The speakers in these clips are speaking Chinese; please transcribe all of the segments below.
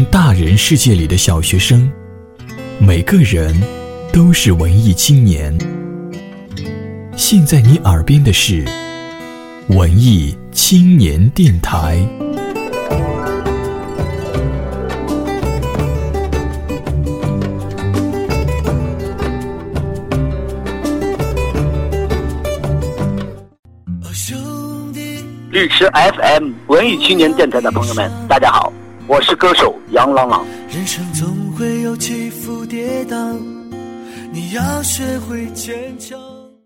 像大人世界里的小学生，每个人都是文艺青年。现在你耳边的是文艺青年电台。 律师 FM 文艺青年电台的朋友们，大家好，我是歌手杨朗朗。 人生总会有起伏跌宕，你要学会坚强。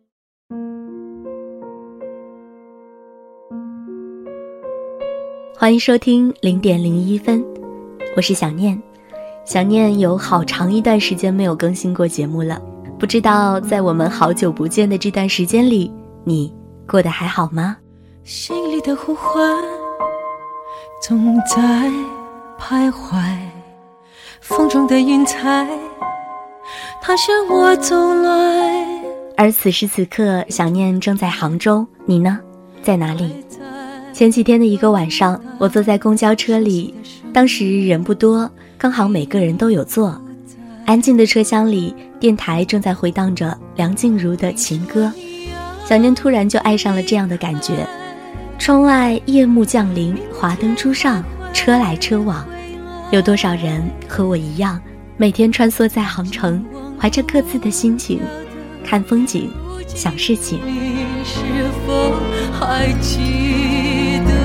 欢迎收听0:01分，我是想念。想念有好长一段时间没有更新过节目了，不知道在我们好久不见的这段时间里，你过得还好吗？ 心里的呼唤总在徘徊，风中的云彩它使我走来。 而此时此刻，想念正在杭州，你呢？在哪里？前几天的一个晚上，我坐在公交车里，当时人不多，刚好每个人都有座。安静的车厢里，电台正在回荡着梁静茹的情歌。想念突然就爱上了这样的感觉。窗外夜幕降临，华灯初上，车来车往，有多少人和我一样，每天穿梭在杭城，怀着各自的心情，看风景，想事情。 你是否还记得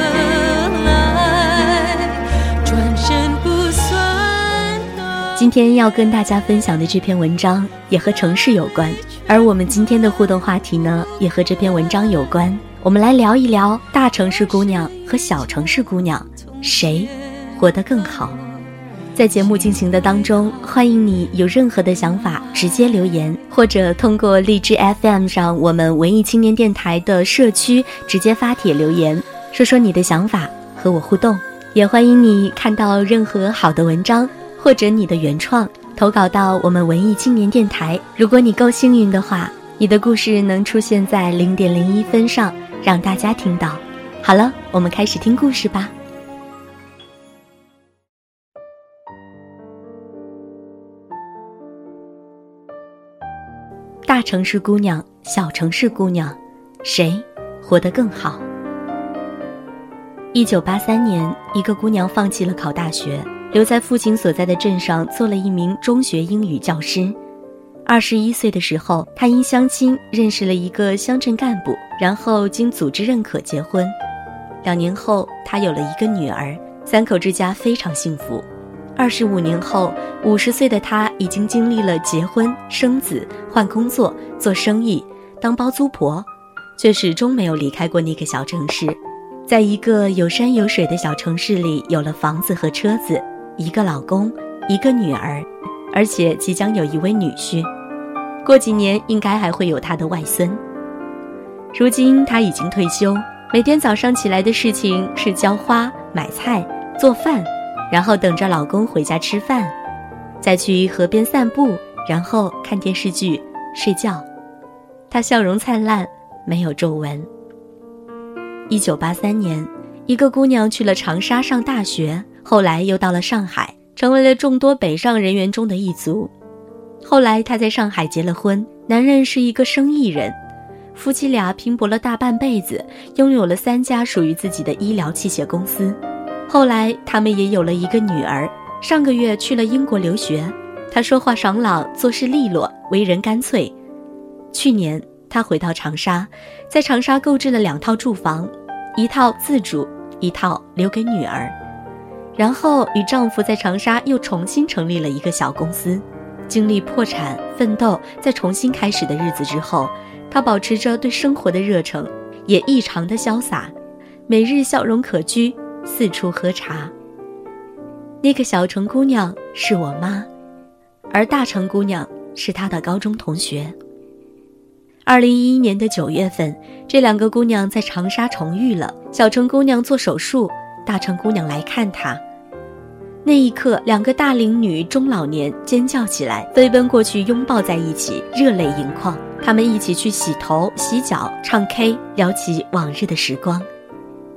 来，转身不算的。 今天要跟大家分享的这篇文章也和城市有关，而我们今天的互动话题呢，也和这篇文章有关。我们来聊一聊大城市姑娘和小城市姑娘，谁活得更好？在节目进行的当中，欢迎你有任何的想法直接留言，或者通过荔枝 FM 上我们文艺青年电台的社区直接发帖留言，说说你的想法，和我互动。也欢迎你看到任何好的文章或者你的原创投稿到我们文艺青年电台。如果你够幸运的话，你的故事能出现在0:01分上，让大家听到。好了，我们开始听故事吧。大城市姑娘，小城市姑娘，谁活得更好？1983年，一个姑娘放弃了考大学，留在父亲所在的镇上做了一名中学英语教师。21岁的时候，她因相亲认识了一个乡镇干部，然后经组织认可结婚。2年后，她有了一个女儿，3口之家非常幸福。25年后，50岁的她已经经历了结婚、生子、换工作、做生意、当包租婆，却始终没有离开过那个小城市。在一个有山有水的小城市里，有了房子和车子，一个老公，一个女儿，而且即将有一位女婿，过几年应该还会有他的外孙。如今他已经退休，每天早上起来的事情是浇花、买菜、做饭，然后等着老公回家吃饭，再去河边散步，然后看电视剧、睡觉。他笑容灿烂，没有皱纹。1983年，一个姑娘去了长沙上大学，后来又到了上海，成为了众多北上人员中的一族。后来她在上海结了婚，男人是一个生意人，夫妻俩拼搏了大半辈子，拥有了3家属于自己的医疗器械公司。后来他们也有了一个女儿，上个月去了英国留学。她说话爽朗，做事利落，为人干脆。去年她回到长沙，在长沙购置了2套住房，一套自住，一套留给女儿。然后与丈夫在长沙又重新成立了一个小公司。经历破产、奋斗再重新开始的日子之后，她保持着对生活的热忱，也异常的潇洒，每日笑容可掬，四处喝茶。那个小城姑娘是我妈，而大城姑娘是她的高中同学。2011年的9月份，这2个姑娘在长沙重遇了。小城姑娘做手术，大城姑娘来看她。那一刻，2个大龄女中老年尖叫起来，飞奔过去拥抱在一起，热泪盈眶。她们一起去洗头、洗脚、唱 K， 聊起往日的时光。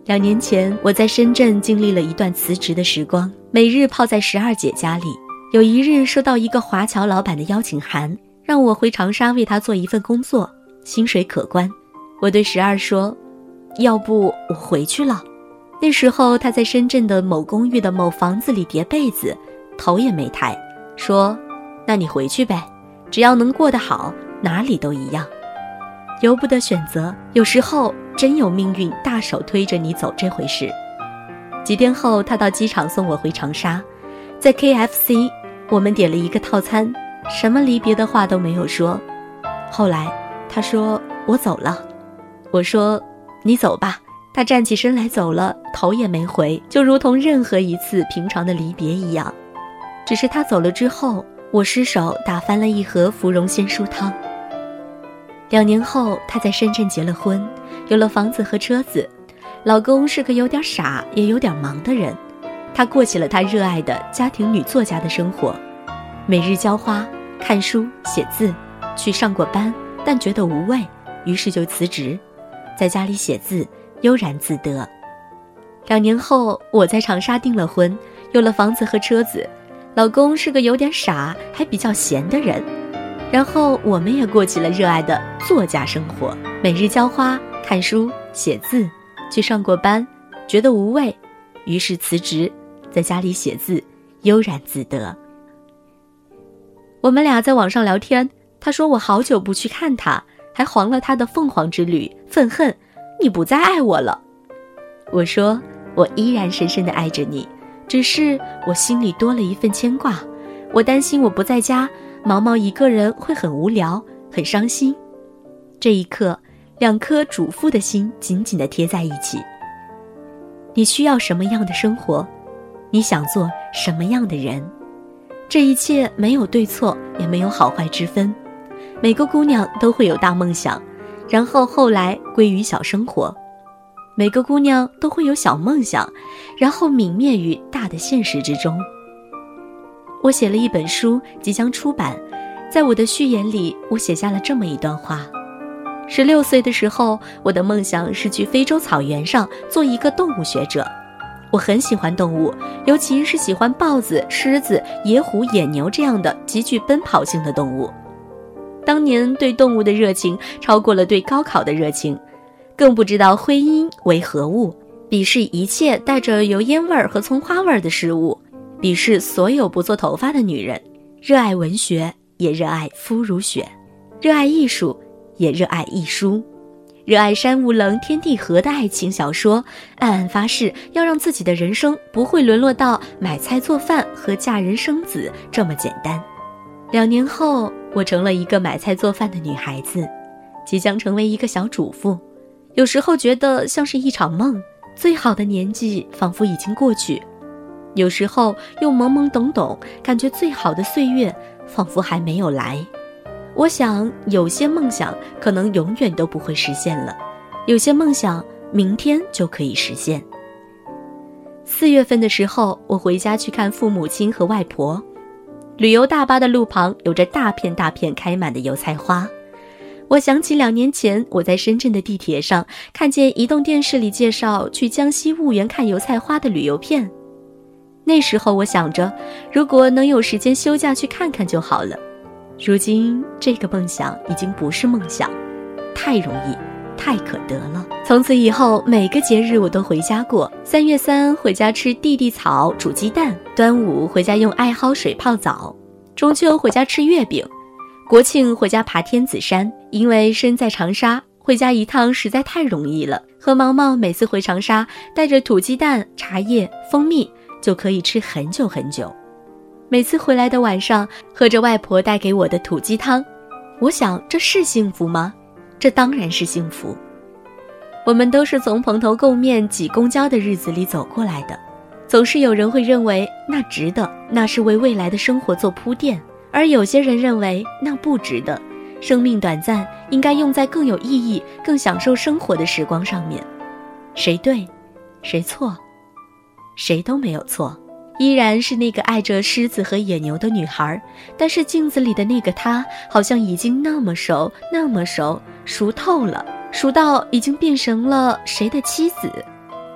2年前，我在深圳经历了一段辞职的时光，每日泡在12姐家里。有一日收到一个华侨老板的邀请函，让我回长沙为他做一份工作，薪水可观。我对12说，要不我回去了。那时候他在深圳的某公寓的某房子里叠被子，头也没抬，说，那你回去呗，只要能过得好，哪里都一样。由不得选择，有时候真有命运大手推着你走这回事。几天后，他到机场送我回长沙，在 KFC 我们点了一个套餐，什么离别的话都没有说。后来他说，我走了。我说，你走吧。他站起身来走了，头也没回，就如同任何一次平常的离别一样。只是他走了之后，我失手打翻了一盒芙蓉鲜蔬汤。2年后，他在深圳结了婚，有了房子和车子。老公是个有点傻也有点忙的人，他过起了他热爱的家庭女作家的生活，每日浇花、看书、写字，去上过班，但觉得无味，于是就辞职，在家里写字，悠然自得。2年后，我在长沙订了婚，有了房子和车子。老公是个有点傻还比较闲的人，然后我们也过起了热爱的作家生活，每日浇花、看书、写字，去上过班，觉得无味，于是辞职，在家里写字，悠然自得。我们俩在网上聊天，他说我好久不去看他，还黄了他的凤凰之旅，愤恨，你不再爱我了。我说，我依然深深地爱着你，只是我心里多了一份牵挂，我担心我不在家，毛毛一个人会很无聊，很伤心。这一刻，2颗主妇的心紧紧地贴在一起。你需要什么样的生活？你想做什么样的人？这一切没有对错，也没有好坏之分。每个姑娘都会有大梦想，然后后来归于小生活。每个姑娘都会有小梦想，然后泯灭于大的现实之中。我写了一本书，即将出版，在我的序言里，我写下了这么一段话。16岁的时候，我的梦想是去非洲草原上做一个动物学者。我很喜欢动物，尤其是喜欢豹子、狮子、野虎、野牛这样的极具奔跑性的动物。当年对动物的热情超过了对高考的热情，更不知道徽因为何物，鄙视一切带着油烟味和葱花味的事物，鄙视所有不做头发的女人。热爱文学，也热爱肤如雪；热爱艺术，也热爱艺书；热爱山无棱天地合的爱情小说，暗暗发誓要让自己的人生不会沦落到买菜做饭和嫁人生子这么简单。2年后，我成了一个买菜做饭的女孩子，即将成为一个小主妇。有时候觉得像是一场梦，最好的年纪仿佛已经过去；有时候又懵懵懂懂，感觉最好的岁月仿佛还没有来。我想，有些梦想可能永远都不会实现了，有些梦想明天就可以实现。4月份的时候，我回家去看父母亲和外婆。旅游大巴的路旁有着大片大片开满的油菜花。我想起2年前我在深圳的地铁上看见移动电视里介绍去江西婺源看油菜花的旅游片。那时候我想着，如果能有时间休假去看看就好了。如今这个梦想已经不是梦想，太容易，太可得了。从此以后，每个节日我都回家过。3月3回家吃地地草煮鸡蛋，端午回家用艾蒿水泡澡，中秋回家吃月饼，国庆回家爬天子山。因为身在长沙，回家一趟实在太容易了。和毛毛每次回长沙，带着土鸡蛋、茶叶、蜂蜜，就可以吃很久很久。每次回来的晚上，喝着外婆带给我的土鸡汤，我想这是幸福吗？这当然是幸福。我们都是从蓬头垢面挤公交的日子里走过来的，总是有人会认为那值得，那是为未来的生活做铺垫，而有些人认为那不值得，生命短暂，应该用在更有意义、更享受生活的时光上面。谁对，谁错？谁都没有错。依然是那个爱着狮子和野牛的女孩，但是镜子里的那个她，好像已经那么熟，那么熟，熟透了，熟到已经变成了谁的妻子。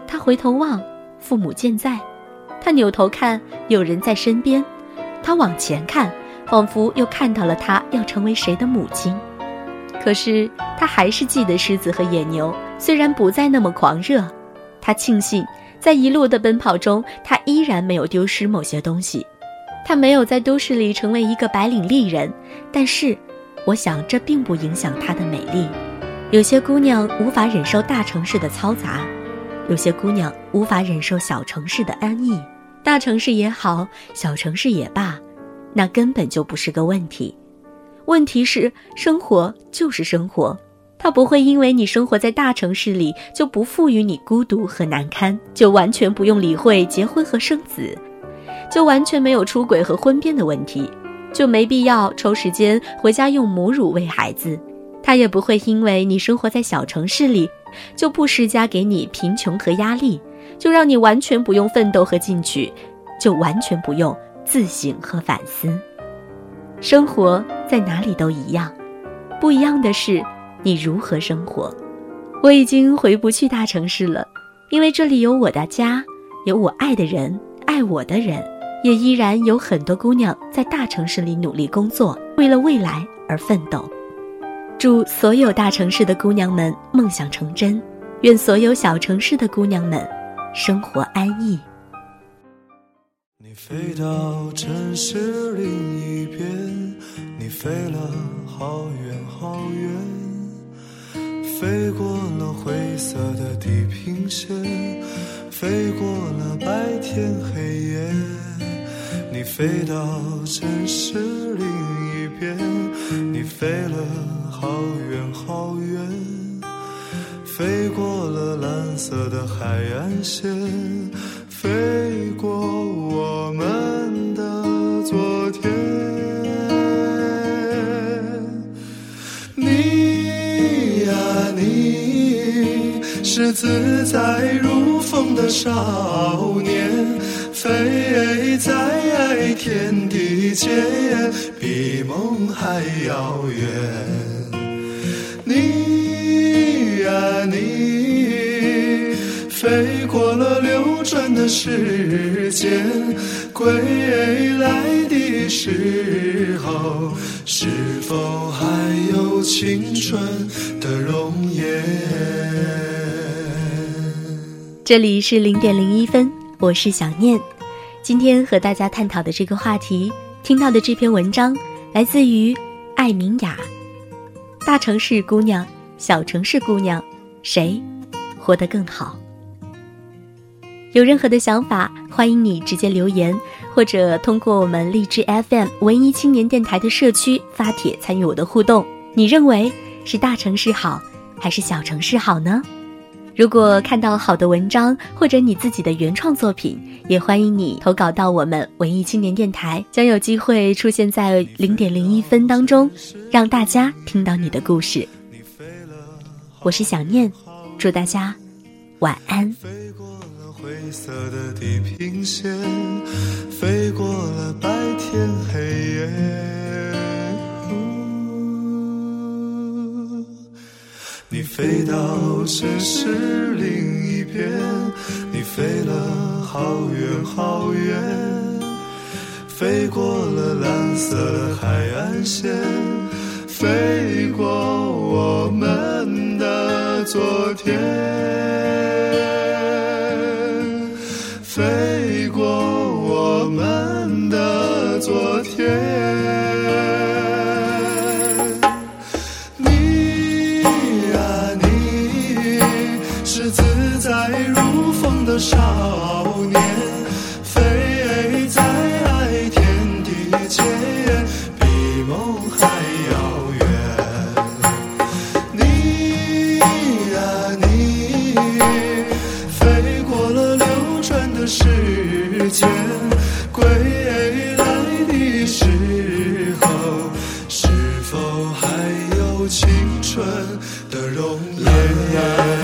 他回头望，父母健在；他扭头看，有人在身边；他往前看，仿佛又看到了他要成为谁的母亲。可是他还是记得狮子和野牛，虽然不再那么狂热。他庆幸在一路的奔跑中，他依然没有丢失某些东西。他没有在都市里成为一个白领丽人，但是我想这并不影响她的美丽。有些姑娘无法忍受大城市的嘈杂，有些姑娘无法忍受小城市的安逸。大城市也好，小城市也罢，那根本就不是个问题。问题是，生活就是生活，它不会因为你生活在大城市里就不赋予你孤独和难堪，就完全不用理会结婚和生子，就完全没有出轨和婚变的问题，就没必要抽时间回家用母乳喂孩子。它也不会因为你生活在小城市里就不施加给你贫穷和压力，就让你完全不用奋斗和进取，就完全不用自省和反思。生活在哪里都一样，不一样的是你如何生活。我已经回不去大城市了，因为这里有我的家，有我爱的人，爱我的人，也依然有很多姑娘在大城市里努力工作，为了未来而奋斗。祝所有大城市的姑娘们梦想成真，愿所有小城市的姑娘们生活安逸。 你飞到城市另一边，你飞了好远好远，飞过了灰色的地平线，飞过了白天黑夜。你飞到城市另一边，你飞了好远好远，飞过了蓝色的海岸线，飞过我们的昨天。你呀你，是自在如风的少年，飞在天地间，比梦还遥远。你呀你，飞过了流转的时间，归来的时候，是否还有青春的容颜？ 这里是0:01，我是想念。今天和大家探讨的这个话题，听到的这篇文章来自于艾明雅。大城市姑娘，小城市姑娘，谁活得更好？有任何的想法，欢迎你直接留言，或者通过我们荔枝 FM 文艺青年电台的社区发帖参与我的互动。你认为是大城市好，还是小城市好呢？如果看到好的文章或者你自己的原创作品，也欢迎你投稿到我们文艺青年电台，将有机会出现在0:01当中，让大家听到你的故事。我是想念，祝大家晚安。 飞过了灰色的地平线，飞过了白天黑夜。你飞到城市另一边，你飞了好远好远，飞过了蓝色的海岸线，飞过我们的昨天，飞过我们的昨天。在如风的少年，飞在天地间，比梦还遥远。你呀你，飞过了流转的时间，归来的时候，是否还有青春的容颜？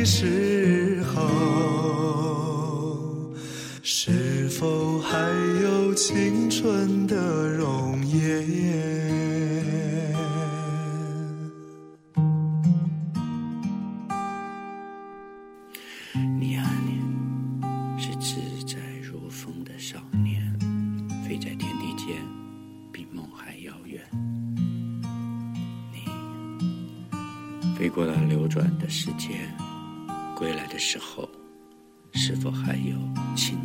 的时候，是否还有青春的容颜？ 你啊你，是自在如风的少年，飞在天地间，比梦还遥远。你飞过了流转的时间，归来的时候，是否还有青